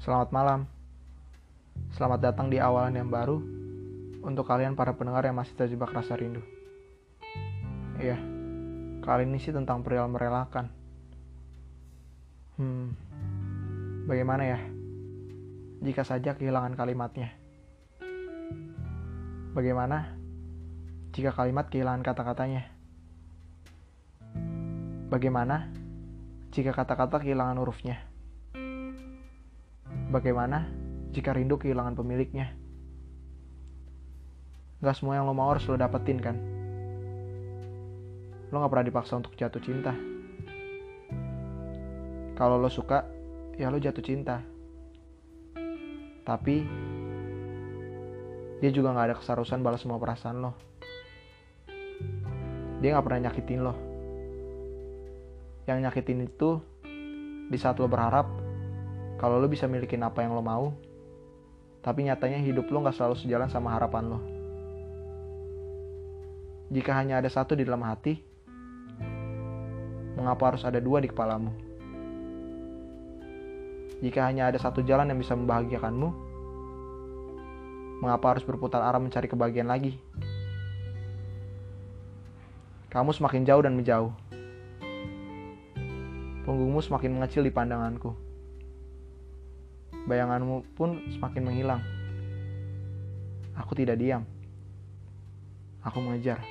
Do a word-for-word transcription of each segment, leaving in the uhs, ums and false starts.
Selamat malam. Selamat datang di awalan yang baru untuk kalian para pendengar yang masih terjebak rasa rindu. Iya, kali ini sih tentang perihal merelakan. Hmm, bagaimana ya jika saja kehilangan kalimatnya? Bagaimana jika kalimat kehilangan kata-katanya? Bagaimana jika kata-kata kehilangan hurufnya? Bagaimana jika rindu kehilangan pemiliknya? Gak semua yang lo mau harus lo dapetin kan? Lo gak pernah dipaksa untuk jatuh cinta. Kalau lo suka, ya lo jatuh cinta. Tapi dia juga gak ada keseharusan balas semua perasaan lo. Dia gak pernah nyakitin lo. Yang nyakitin itu di saat lo berharap kalau lo bisa milikin apa yang lo mau, tapi nyatanya hidup lo gak selalu sejalan sama harapan lo. Jika hanya ada satu di dalam hati, mengapa harus ada dua di kepalamu? Jika hanya ada satu jalan yang bisa membahagiakanmu, mengapa harus berputar arah mencari kebahagiaan lagi? Kamu semakin jauh dan menjauh. Punggungmu semakin mengecil di pandanganku. Bayanganmu pun semakin menghilang. Aku tidak diam. Aku mengejar.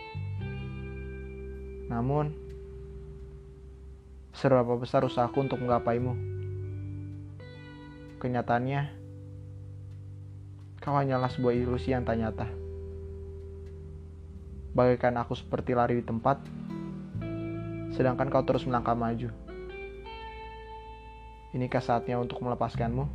Namun, seberapa besar usahaku untuk menggapaimu? Kenyataannya, kau hanyalah sebuah ilusi yang tak nyata. Bagaikan aku seperti lari di tempat, sedangkan kau terus melangkah maju. Inikah saatnya untuk melepaskanmu?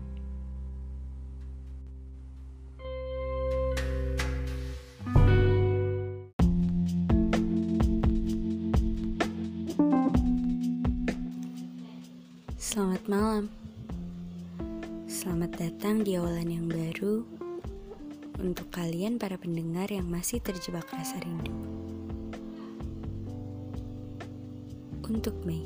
Selamat malam. Selamat datang di awalan yang baru untuk kalian para pendengar yang masih terjebak rasa rindu. Untuk Mei.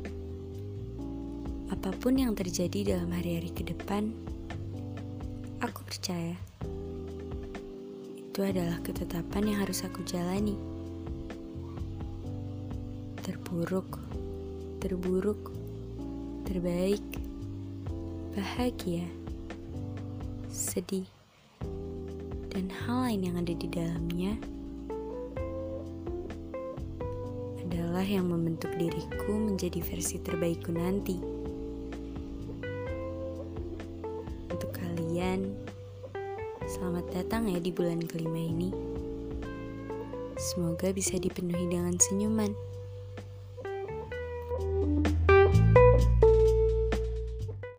Apapun yang terjadi dalam hari-hari ke depan, aku percaya itu adalah ketetapan yang harus aku jalani. Terburuk, terburuk, terbaik, bahagia, sedih, dan hal lain yang ada di dalamnya adalah yang membentuk diriku menjadi versi terbaikku nanti. Untuk kalian, selamat datang ya di bulan kelima ini. Semoga bisa dipenuhi dengan senyuman.